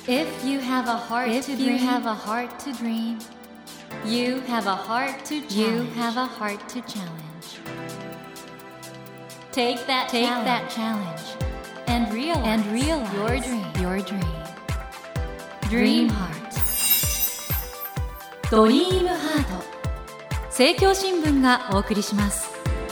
If you have a heart to dream, you have a heart to dream. You have a heart to challenge. You have a heart to challenge. Take that challenge and realize your dream. Dream Heart. ドリームハート。政教新聞がお送りします。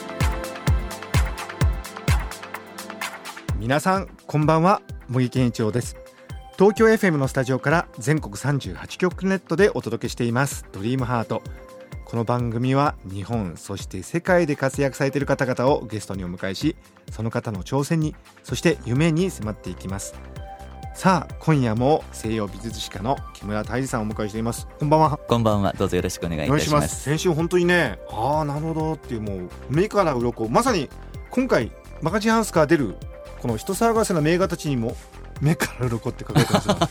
皆さんこんばんは、茂木健一郎です。東京 FM のスタジオから全国38局ネットでお届けしていますドリームハート。この番組は日本そして世界で活躍されている方々をゲストにお迎えし、その方の挑戦にそして夢に迫っていきます。さあ今夜も西洋美術史家の木村泰治さんをお迎えしています。こんばんは。 こんばんは、どうぞよろしくお願いいたします。 先週本当にね、なるほどっていう、もう目から鱗、まさに今回マガジンハウスから出るこの人騒がせな名画たちにも目から鱗って書かれてますよ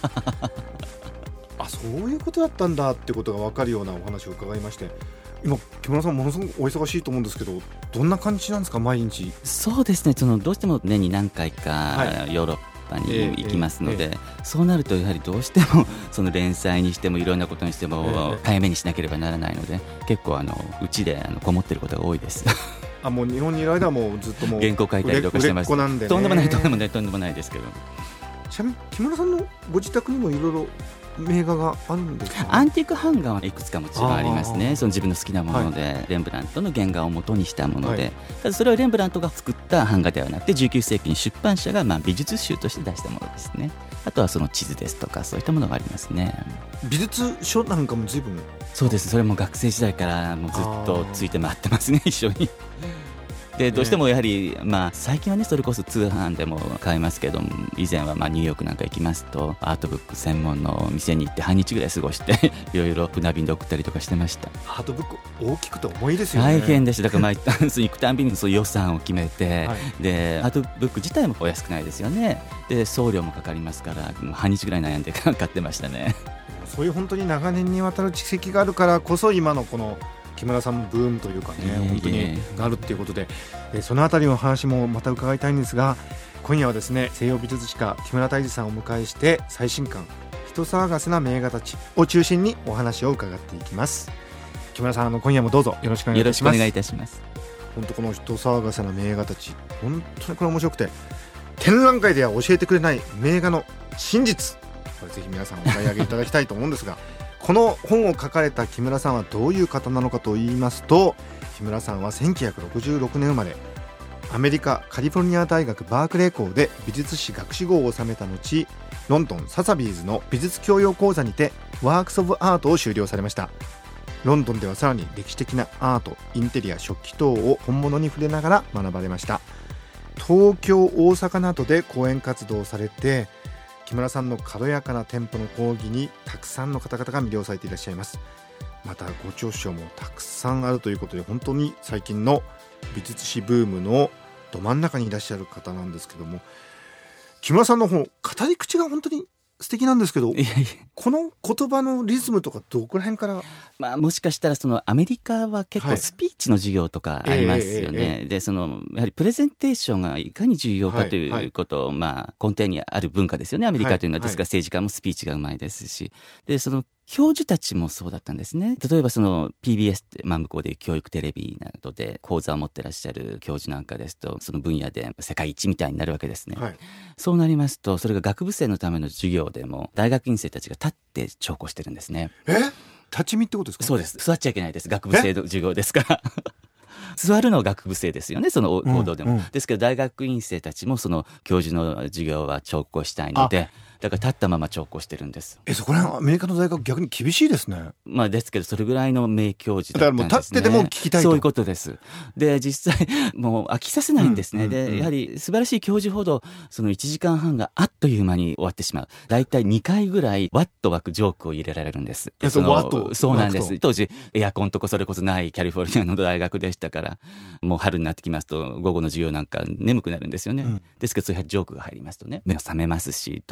そういうことだったんだってことが分かるようなお話を伺いまして、今木村さんものすごくお忙しいと思うんですけど、どんな感じなんですか毎日。 そうですね、どうしても年に何回かヨーロッパに行きますので、そうなるとやはりどうしてもその連載にしてもいろんなことにしても早めにしなければならないので、結構うちでこもってることが多いですもう日本にいる間はもうずっともう原稿書いたりとかしてます。 売れっ子なんでね。 とんでもないですけど。 ちなみに木村さんのご自宅にもいろいろ名画があるんですか。 アンティーク版画はいくつかもちろんありますね。その自分の好きなもので、レンブラントの原画を元にしたもので、ただそれはレンブラントが作った版画ではなくて19世紀に出版社が美術集として出したものですね。あとはその地図ですとかそういったものがありますね。 美術書なんかも随分。 そうです、それも学生時代からもうずっとついて回ってますね一緒に。でどうしてもやはり、最近はねそれこそ通販でも買いますけども、以前はニューヨークなんか行きますとアートブック専門の店に行って半日ぐらい過ごしていろいろ船便で送ったりとかしてました。 アートブック大きくて重いですよね。 大変でした。だから行くたんびにそう予算を決めて、でアートブック自体もお安くないですよね。で送料もかかりますから半日ぐらい悩んで買ってましたね。 そういう本当に長年にわたる蓄積があるからこそ今のこの木村さんのブームというかね、本当にがあるっていうことで、そのあたりの話もまた伺いたいんですが、今夜はですね西洋美術史家木村泰治さんをお迎えして最新刊人騒がせな名画たちを中心にお話を伺っていきます。木村さん今夜もどうぞよろしくお願いいたします。 よろしくお願いいたします。 本当この人騒がせな名画たち、本当にこれ面白くて、展覧会では教えてくれない名画の真実、これぜひ皆さんお買い上げいただきたいと思うんですがこの本を書かれた木村さんはどういう方なのかと言いますと、木村さんは1966年生まれ、アメリカカリフォルニア大学バークレー校で美術史学士号を収めた後、ロンドンササビーズの美術教養講座にてワークス・オブ・アートを修了されました。ロンドンではさらに歴史的なアート、インテリア、食器等を本物に触れながら学ばれました。東京、大阪などで講演活動をされて、木村さんの軽やかなテンポの講義にたくさんの方々が魅了されていらっしゃいます。またご著書もたくさんあるということで、本当に最近の美術史ブームのど真ん中にいらっしゃる方なんですけども、木村さんの本語り口が本当に素敵なんですけど、この言葉のリズムとかどこら辺から。 もしかしたらアメリカは結構スピーチの授業とかありますよね。でやはりプレゼンテーションがいかに重要かということを、根底にある文化ですよねアメリカというのは。ですから政治家もスピーチがうまいですし、で教授たちもそうだったんですね。例えばPBS って向こうで教育テレビなどで講座を持ってらっしゃる教授なんかですと、その分野で世界一みたいになるわけですね。そうなりますと、それが学部生のための授業でも大学院生たちが立って聴講してるんですね。 立ち見ってことですか。 そうです。座っちゃいけないです。学部生の授業ですから座るのは学部生ですよね、その行動でも。ですけど大学院生たちもその教授の授業は聴講したいので、だから立ったまま聴講してるんです。 そこら辺アメリカの大学逆に厳しいですね。 ですけどそれぐらいの名教授だったんですね。 だからもう立ってでも聞きたいと。 そういうことです。で実際もう飽きさせないんですね。でやはり素晴らしい教授ほどその1時間半があっという間に終わってしまう。だいたい2回ぐらいワッと湧くジョークを入れられるんです。そうなんです。当時エアコンとかそれこそないキャリフォルニアの大学でしたから、もう春になってきますと午後の授業なんか眠くなるんですよね。ですけどそういうジョークが入りますとね、目が覚めますし、とにかく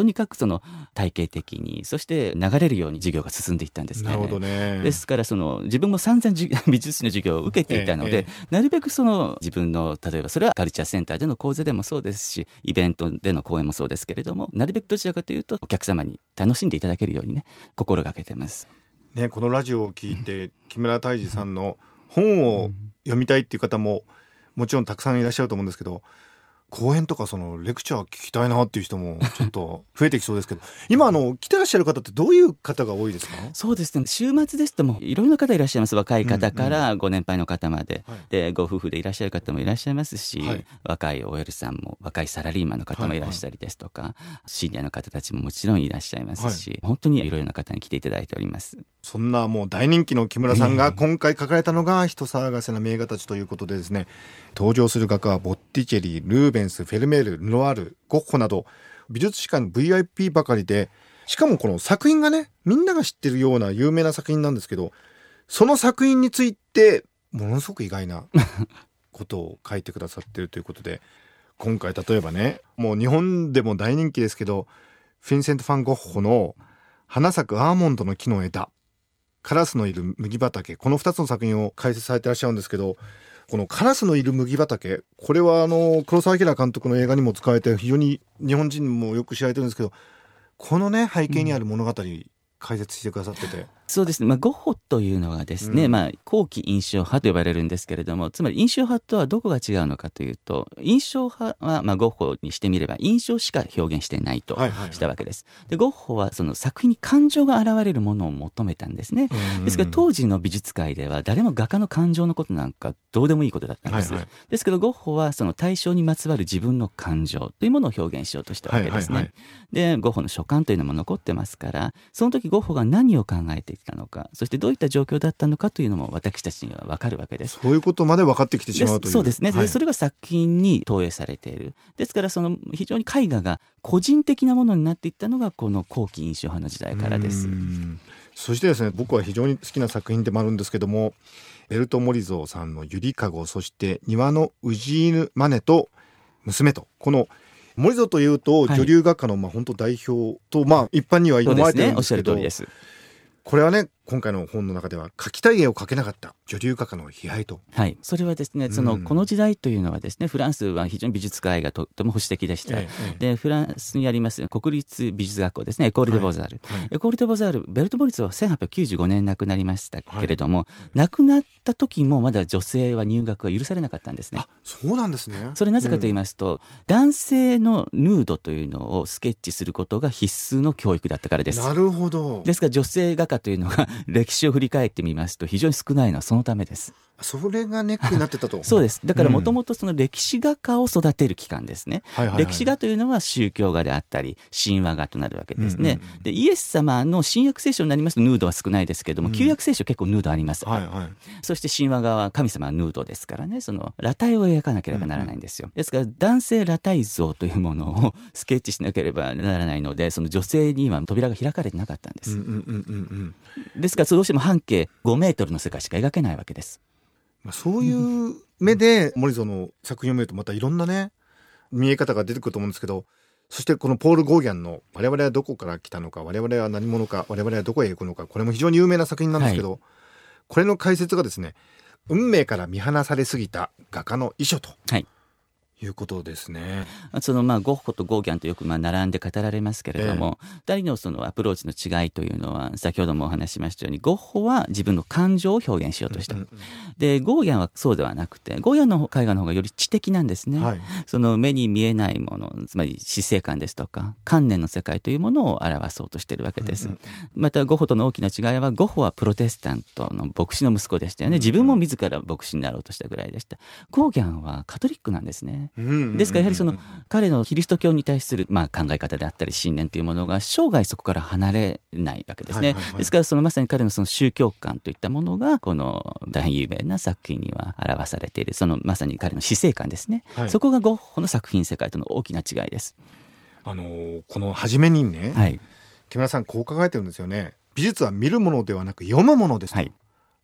その体系的に、そして流れるように授業が進んでいったんですね。 なるほどね。 ですから自分も散々美術史の授業を受けていたので、なるべく自分の例えばそれはカルチャーセンターでの講座でもそうですし、イベントでの講演もそうですけれども、なるべくどちらかというとお客様に楽しんでいただけるようにね、心がけてます。 ね、このラジオを聞いて木村泰治さんの本を読みたいっていう方ももちろんたくさんいらっしゃると思うんですけど、講演とかレクチャー聞きたいなっていう人もちょっと増えてきそうですけど今来てらっしゃる方ってどういう方が多いですか？ そうですね、週末ですともいろいろな方いらっしゃいます。若い方からご年配の方まで、でご夫婦でいらっしゃる方もいらっしゃいますし、若い OL さんも若いサラリーマンの方もいらっしゃりですとか、シニアの方たちももちろんいらっしゃいますし、本当にいろいろな方に来ていただいております。 そんなもう大人気の木村さんが今回書かれたのが人騒がせな名画たちということでですね、登場する画家はボッティチェリ、ルーベンス、フェルメール、ルノワール、ゴッホなど美術史界の VIP ばかりで、しかもこの作品がねみんなが知ってるような有名な作品なんですけど、その作品についてものすごく意外なことを書いてくださってるということで、今回例えばね、もう日本でも大人気ですけどフィンセント・ファン・ゴッホの花咲くアーモンドの木の枝、カラスのいる麦畑、この2つの作品を解説されてらっしゃるんですけど、このカラスのいる麦畑、これは黒澤明監督の映画にも使われて非常に日本人もよく知られてるんですけど、このね背景にある物語、解説してくださってて。 そうですね、ゴッホというのはですね、後期印象派と呼ばれるんですけれども、つまり印象派とはどこが違うのかというと、印象派はゴッホにしてみれば印象しか表現してないとしたわけです。でゴッホはその作品に感情が現れるものを求めたんですね。ですから当時の美術界では誰も画家の感情のことなんかどうでもいいことだったんです。ですけどゴッホはその対象にまつわる自分の感情というものを表現しようとしたわけですね。でゴッホの書簡というのも残ってますから、その時ゴッホが何を考えていたのか、そしてどういった状況だったのかというのも私たちには分かるわけです。 そういうことまで分かってきてしまうという。 そうですね、でそれが作品に投影されている。ですから非常に絵画が個人的なものになっていったのがこの後期印象派の時代からです。 そしてですね、僕は非常に好きな作品でもあるんですけども、ベルト・モリゾーさんのゆりかご、そして庭のウジーヌ・マネと娘と、このモリゾーというと女流画家の本当代表と一般には思われてるんですけど、 おっしゃる通りです。 これはね、今回の本の中では描きたい絵を描けなかった女流画家の悲哀と。 それはですね、この時代というのはですね、フランスは非常に美術界がとても保守的でした。でフランスにあります国立美術学校ですね、エコール・デ・ボザール、エコール・デ・ボザール、ベルト・モリゾーは1895年亡くなりましたけれども、亡くなった時もまだ女性は入学は許されなかったんですね。 あ、そうなんですね。 それなぜかと言いますと、男性のヌードというのをスケッチすることが必須の教育だったからです。 なるほど。 ですから女性画家というのが歴史を振り返ってみますと非常に少ないのはそのためです。 それがネックになってたと。 そうです。だからもともとその歴史画家を育てる機関ですね。歴史画というのは宗教画であったり神話画となるわけですね。でイエス様の新約聖書になりますとヌードは少ないですけれども、旧約聖書結構ヌードあります。そして神話画は神様はヌードですからね、裸体を描かなければならないんですよ。ですから男性裸体像というものをスケッチしなければならないので、その女性には扉が開かれてなかったんです。ですからどうしても半径5メートルの世界しか描けないわけです。 そういう目でモリゾーの作品を見るとまたいろんなね見え方が出てくると思うんですけど、そしてこのポール・ゴーギャンの我々はどこから来たのか、我々は何者か、我々はどこへ行くのか、これも非常に有名な作品なんですけど、これの解説がですね、運命から見放されすぎた画家の遺書ということですね。 ゴッホとゴーギャンとよく並んで語られますけれども、2人のアプローチの違いというのは先ほどもお話ししましたように、ゴッホは自分の感情を表現しようとした、でゴーギャンはそうではなくて、ゴーギャンの絵画の方がより知的なんですね。目に見えないもの、つまり死生観ですとか観念の世界というものを表そうとしているわけです。またゴッホとの大きな違いは、ゴッホはプロテスタントの牧師の息子でしたよね。自分も自ら牧師になろうとしたぐらいでした。ゴーギャンはカトリックなんですね。ですからやはり彼のキリスト教に対する考え方であったり信念というものが生涯そこから離れないわけですね。ですからまさに彼の宗教観といったものがこの大変有名な作品には表されている、まさに彼の死生観ですね。そこがゴッホの作品世界との大きな違いです。 この初めにね、木村さんこう考えてるんですよね。美術は見るものではなく読むものですと。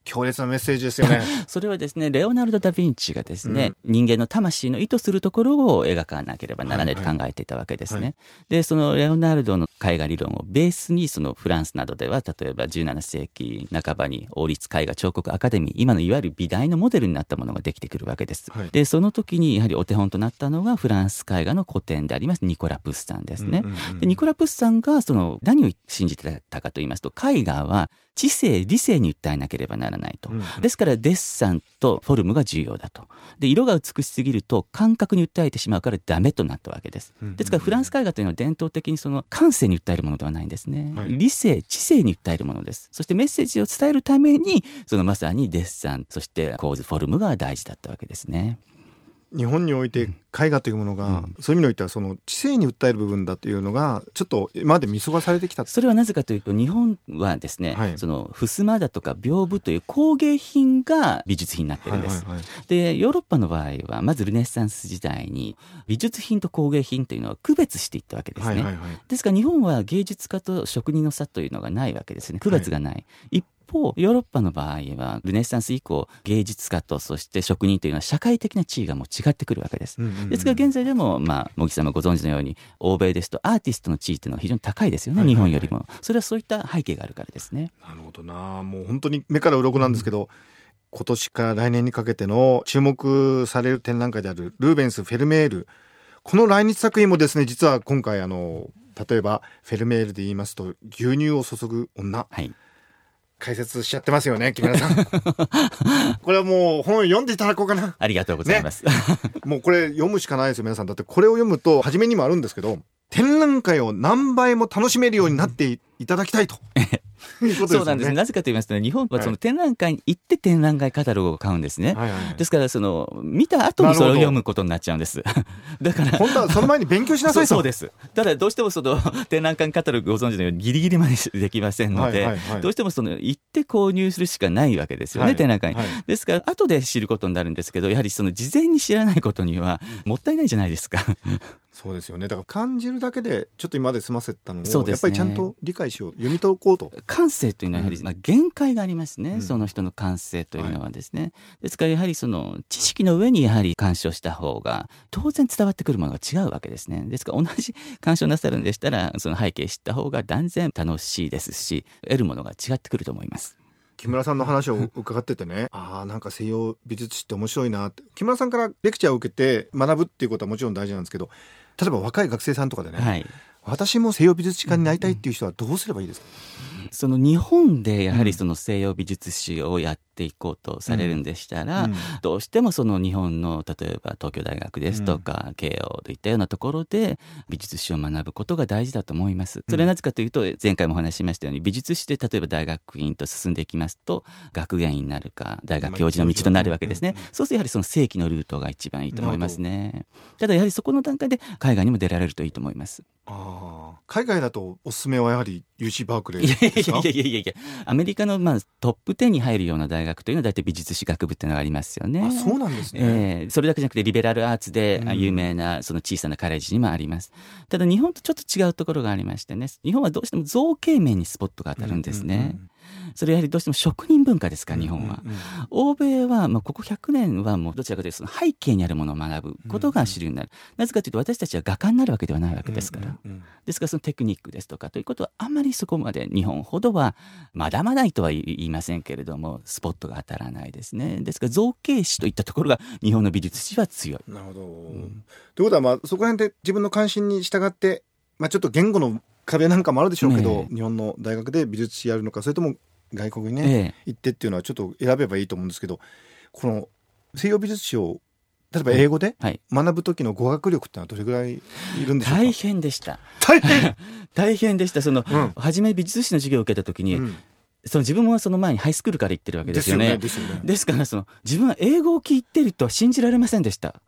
強烈なメッセージですよね。 それはですね、レオナルド・ダ・ヴィンチがですね、人間の魂の意図するところを描かなければならないと考えていたわけですね。で、そのレオナルドの絵画理論をベースに、そのフランスなどでは、例えば17世紀半ばに王立絵画彫刻アカデミー、今のいわゆる美大のモデルになったものができてくるわけです。で、その時にやはりお手本となったのがフランス絵画の古典でありますニコラ・プッサンですね。で、ニコラ・プッサンがその何を信じてたかと言いますと、絵画は知性理性に訴えなければならないと、ですからデッサンとフォルムが重要だと。で、色が美しすぎると感覚に訴えてしまうからダメとなったわけです。ですからフランス絵画というのは伝統的にその感性に訴えるものではないんですね、理性知性に訴えるものです。そしてメッセージを伝えるためにそのまさにデッサン、そして構図フォルムが大事だったわけですね。 日本において絵画というものが、そういう意味においてはその知性に訴える部分だというのがちょっと今まで見過ごされてきた。 それはなぜかというと、日本はですね、その襖だとか屏風という工芸品が美術品になってるんです、でヨーロッパの場合はまずルネッサンス時代に美術品と工芸品というのは区別していったわけですね、ですから日本は芸術家と職人の差というのがないわけですね。区別がない、一方ヨーロッパの場合はルネッサンス以降芸術家とそして職人というのは社会的な地位がもう違ってくるわけです、ですから現在でも茂木さんもご存知のように欧米ですとアーティストの地位というのは非常に高いですよね、日本よりも。それはそういった背景があるからですね。 なるほどな。もう本当に目から鱗なんですけど、今年から来年にかけての注目される展覧会であるルーベンス・フェルメール、この来日作品もですね、実は今回例えばフェルメールで言いますと牛乳を注ぐ女、解説しちゃってますよね、木村さん。これはもう本を読んでいただこうかな。 ありがとうございます、 もうこれ読むしかないですよ皆さん。だってこれを読むと初めにもあるんですけど、展覧会を何倍も楽しめるようになっていただきたいとそうなんです。なぜかと言いますと、日本はその展覧会に行って展覧会カタログを買うんですね、ですからその見た後にそれを読むことになっちゃうんです。だから本当はその前に勉強しなさいと。そうです。ただどうしてもその展覧会カタログご存知のようにギリギリまでできませんので、どうしてもその行って購入するしかないわけですよね、展覧会に、ですから後で知ることになるんですけど、やはりその事前に知らないことにはもったいないじゃないですか。そうですよね。だから感じるだけでちょっと今まで済ませたのを、やっぱりちゃんと理解しよう、読み解こうと。感性というのはやはり限界がありますね、その人の感性というのはですね、ですからやはりその知識の上にやはり鑑賞した方が当然伝わってくるものが違うわけですね。ですから同じ鑑賞なさるんでしたらその背景知った方が断然楽しいですし、得るものが違ってくると思います。木村さんの話を伺っててねなんか西洋美術史って面白いなって、木村さんからレクチャーを受けて学ぶっていうことはもちろん大事なんですけど、例えば若い学生さんとかでね、私も西洋美術史家になりたいっていう人はどうすればいいですか？その日本でやはりその西洋美術史をやっていこうとされるんでしたら、どうしてもその日本の例えば東京大学ですとか、慶応といったようなところで美術史を学ぶことが大事だと思います。それはなぜかというと、前回もお話ししましたように美術史で例えば大学院と進んでいきますと学芸員になるか大学教授の道となるわけですね。そうするとやはりその正規のルートが一番いいと思いますね。ただやはりそこの段階で海外にも出られるといいと思います。海外だとおすすめはやはり UC バークレーですか？いやアメリカのトップ10に入るような大学というのは大体美術史学部っていうのがありますよね。そうなんですね、それだけじゃなくてリベラルアーツで有名なその小さなカレッジにもあります。ただ日本とちょっと違うところがありましてね、日本はどうしても造形面にスポットが当たるんですね、それやはりどうしても職人文化ですから日本は、欧米はここ100年はもうどちらかというとその背景にあるものを学ぶことが主流になる、なぜかというと私たちは画家になるわけではないわけですから、ですからそのテクニックですとかということはあまりそこまで日本ほどはまだまだとは言いませんけれどもスポットが当たらないですね。ですから造形史といったところが日本の美術史は強い。なるほど、ということはそこら辺で自分の関心に従って、ちょっと言語の壁なんかもあるでしょうけど、日本の大学で美術史やるのかそれとも外国にね、行ってっていうのはちょっと選べばいいと思うんですけど、この西洋美術史を例えば英語で学ぶ時の語学力ってのはどれぐらいいるんでしょうか？大変でした。大変でした。初め美術史の授業を受けた時に、自分はその前にハイスクールから行ってるわけですよね。ですから自分は英語を聞いてるとは信じられませんでした。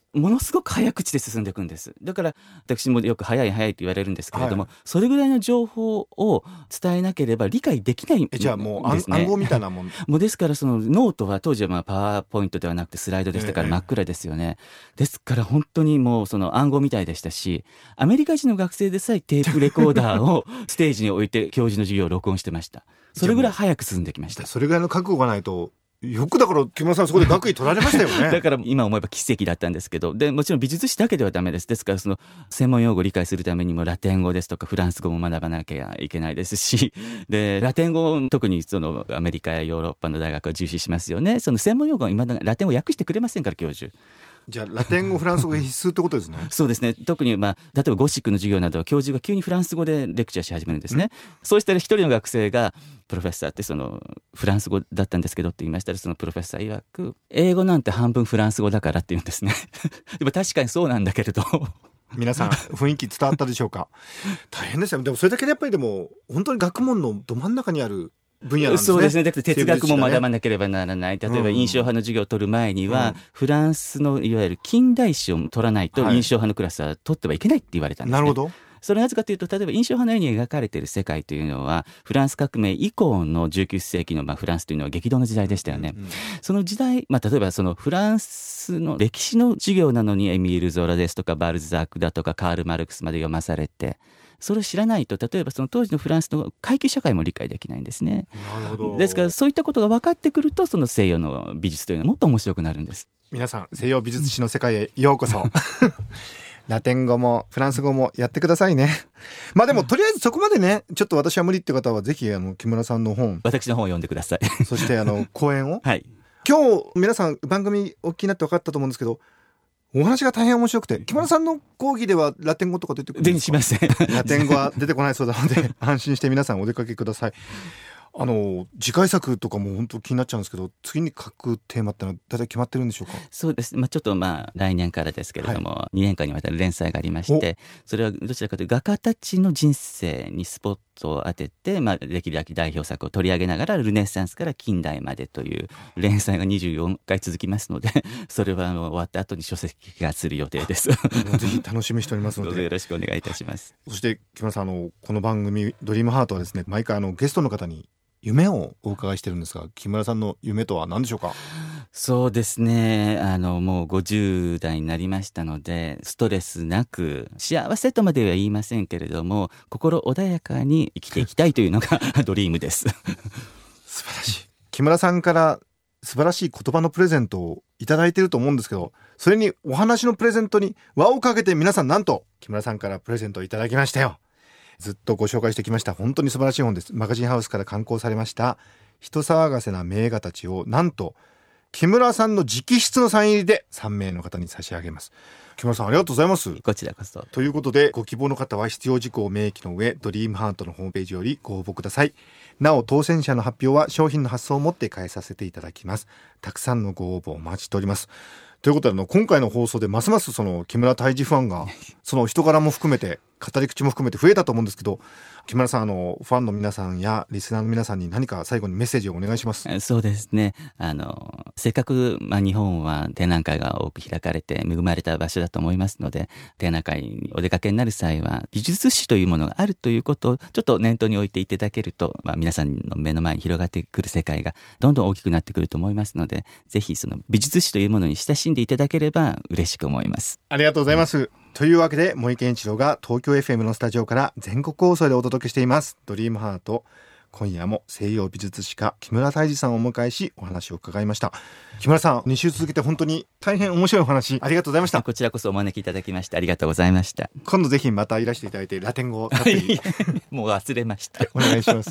ものすごく早口で進んでいくんです。だから私もよく早い早いと言われるんですけれども、それぐらいの情報を伝えなければ理解できないんですね。 じゃあもう暗号みたいなもんもうですからそのノートは当時はパワーポイントではなくてスライドでしたから真っ暗ですよね。ですから本当にもうその暗号みたいでしたし、アメリカ人の学生でさえテープレコーダーをステージに置いて教授の授業を録音してました。それぐらい早く進んできました。 それぐらいの覚悟がないと。よくだから木村さんそこで学位取られましたよね。 だから今思えば奇跡だったんですけど、でもちろん美術史だけではダメです。ですからその専門用語を理解するためにもラテン語ですとかフランス語も学ばなきゃいけないですし、でラテン語特にそのアメリカやヨーロッパの大学は重視しますよね。その専門用語は今だラテン語を訳してくれませんから教授。 じゃあラテン語フランス語が必須ってことですね。 そうですね。特に例えばゴシックの授業などは教授が急にフランス語でレクチャーし始めるんですね。そうしたら一人の学生がプロフェッサーってそのフランス語だったんですけどって言いましたら、そのプロフェッサー曰く英語なんて半分フランス語だからって言うんですね。でも確かにそうなんだけれど皆さん雰囲気伝わったでしょうか。大変ですよ。でもそれだけでやっぱりでも本当に学問のど真ん中にある分野なんですね。 そうですね。だから哲学も学ばなければならない。例えば印象派の授業を取る前には、フランスのいわゆる近代史を取らないと印象派のクラスは取ってはいけないって言われたんですね。 なるほど。 それはなぜかというと、例えば印象派のように描かれている世界というのはフランス革命以降の19世紀のフランスというのは激動の時代でしたよね。その時代、例えばそのフランスの歴史の授業なのにエミール・ゾラですとかバルザークだとかカール・マルクスまで読まされて、それを知らないと例えばその当時のフランスの階級社会も理解できないんですね。 なるほど。 ですからそういったことが分かってくると、その西洋の美術というのはもっと面白くなるんです。 皆さん西洋美術史の世界へようこそ。ラテン語もフランス語もやってくださいね。でもとりあえずそこまでね、ちょっと私は無理って方はぜひ木村さんの本、 私の本を読んでください。 そして講演を、 はい、 今日皆さん番組お聞きになって分かったと思うんですけど、お話が大変面白くて、木村さんの講義ではラテン語とか出てくるんですか？ 全然しません。 ラテン語は出てこないそうなので安心して皆さんお出かけください。次回作とかも本当気になっちゃうんですけど、次に書くテーマってのは大体決まってるんでしょうか？ そうです。ちょっと来年からですけれども、2年間にわたる連載がありまして、それはどちらかというと画家たちの人生にスポットを当てて、歴代代表作を取り上げながらルネッサンスから近代までという連載が24回続きますので、それは終わった後に書籍化する予定です。ぜひ楽しみにしておりますのでよろしくお願いいたします。 そして木村さん、この番組ドリームハートはですね、毎回ゲストの方に夢をお伺いしてるんですが、木村さんの夢とは何でしょうか？ そうですね、もう50代になりましたので、ストレスなく幸せとまでは言いませんけれども、心穏やかに生きていきたいというのがドリームです。 素晴らしい。木村さんから素晴らしい言葉のプレゼントをいただいていると思うんですけど、それにお話のプレゼントに輪をかけて皆さんなんと木村さんからプレゼントをいただきましたよ。ずっとご紹介してきました本当に素晴らしい本です。マガジンハウスから刊行されました人騒がせな名画たちを、なんと木村さんの直筆のサイン入りで3名の方に差し上げます。木村さんありがとうございます。 こちらこそ。 ということで、ご希望の方は必要事項を明記の上、ドリームハートのホームページよりご応募ください。なお当選者の発表は商品の発送をもって返させていただきます。たくさんのご応募お待ちしております。ということで今回の放送でますますその木村泰治ファンがその人柄も含めて語り口も含めて増えたと思うんですけど、木村さんファンの皆さんやリスナーの皆さんに何か最後にメッセージをお願いします。 そうですね、せっかく、日本は展覧会が多く開かれて恵まれた場所だと思いますので、展覧会にお出かけになる際は美術史というものがあるということをちょっと念頭に置いていただけると、皆さんの目の前に広がってくる世界がどんどん大きくなってくると思いますので、ぜひその美術史というものに親しんでいただければ嬉しく思います。 ありがとうございます。というわけで森健一郎が東京 FM のスタジオから全国放送でお届けしていますドリームハート。今夜も西洋美術史家木村泰治さんをお迎えしお話を伺いました。木村さん2週続けて本当に大変面白いお話ありがとうございました。 こちらこそお招きいただきましてありがとうございました。 今度ぜひまたいらしていただいてラテン語をたっぷりもう忘れましたお願いします。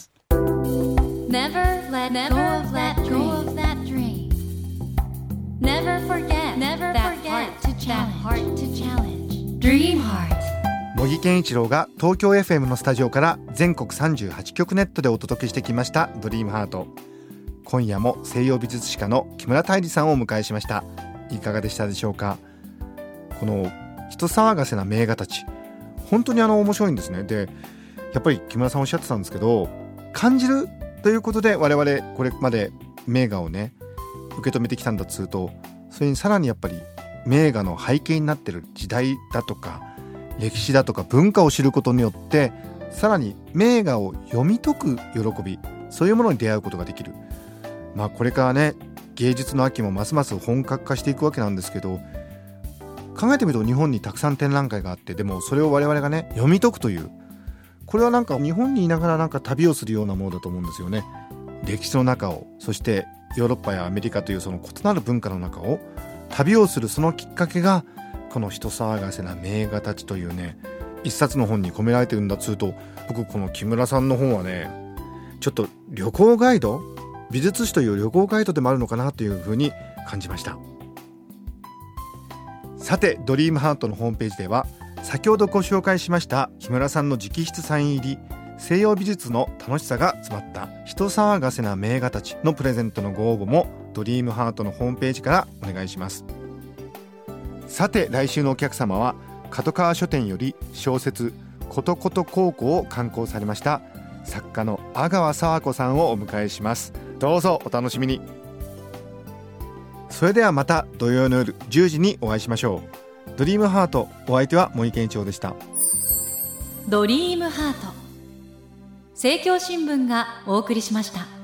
Never let go of that dream. Never forget that heart to challenge. Dream Heart. 茂木健一郎が東京 FM のスタジオから全国38局ネットでお届けしてきましたドリームハート。今夜も西洋美術史家の木村泰治さんをお迎えしました。いかがでしたでしょうか。この人騒がせな名画たち本当に面白いんですね。でやっぱり木村さんおっしゃってたんですけど、感じるということで我々これまで名画をね受け止めてきたんだっつうと、それにさらにやっぱり名画の背景になっている時代だとか歴史だとか文化を知ることによってさらに名画を読み解く喜び、そういうものに出会うことができる。これからね芸術の秋もますます本格化していくわけなんですけど、考えてみると日本にたくさん展覧会があって、でもそれを我々がね読み解くという、これはなんか日本にいながらなんか旅をするようなものだと思うんですよね。歴史の中を、そしてヨーロッパやアメリカというその異なる文化の中を旅をする、そのきっかけがこの人騒がせな名画たちというね一冊の本に込められてるんだっつうと、僕この木村さんの本はねちょっと旅行ガイド、美術史という旅行ガイドでもあるのかなというふうに感じました。さてドリームハートのホームページでは先ほどご紹介しました木村さんの直筆サイン入り西洋美術の楽しさが詰まった人騒がせな名画たちのプレゼントのご応募もドリームハートのホームページからお願いします。さて来週のお客様は角川書店より小説ことこと高校を刊行されました作家の阿川佐和子さんをお迎えします。どうぞお楽しみに。それではまた土曜の夜10時にお会いしましょう。ドリームハート、お相手は森健一郎でした。 ドリームハート、政教新聞がお送りしました。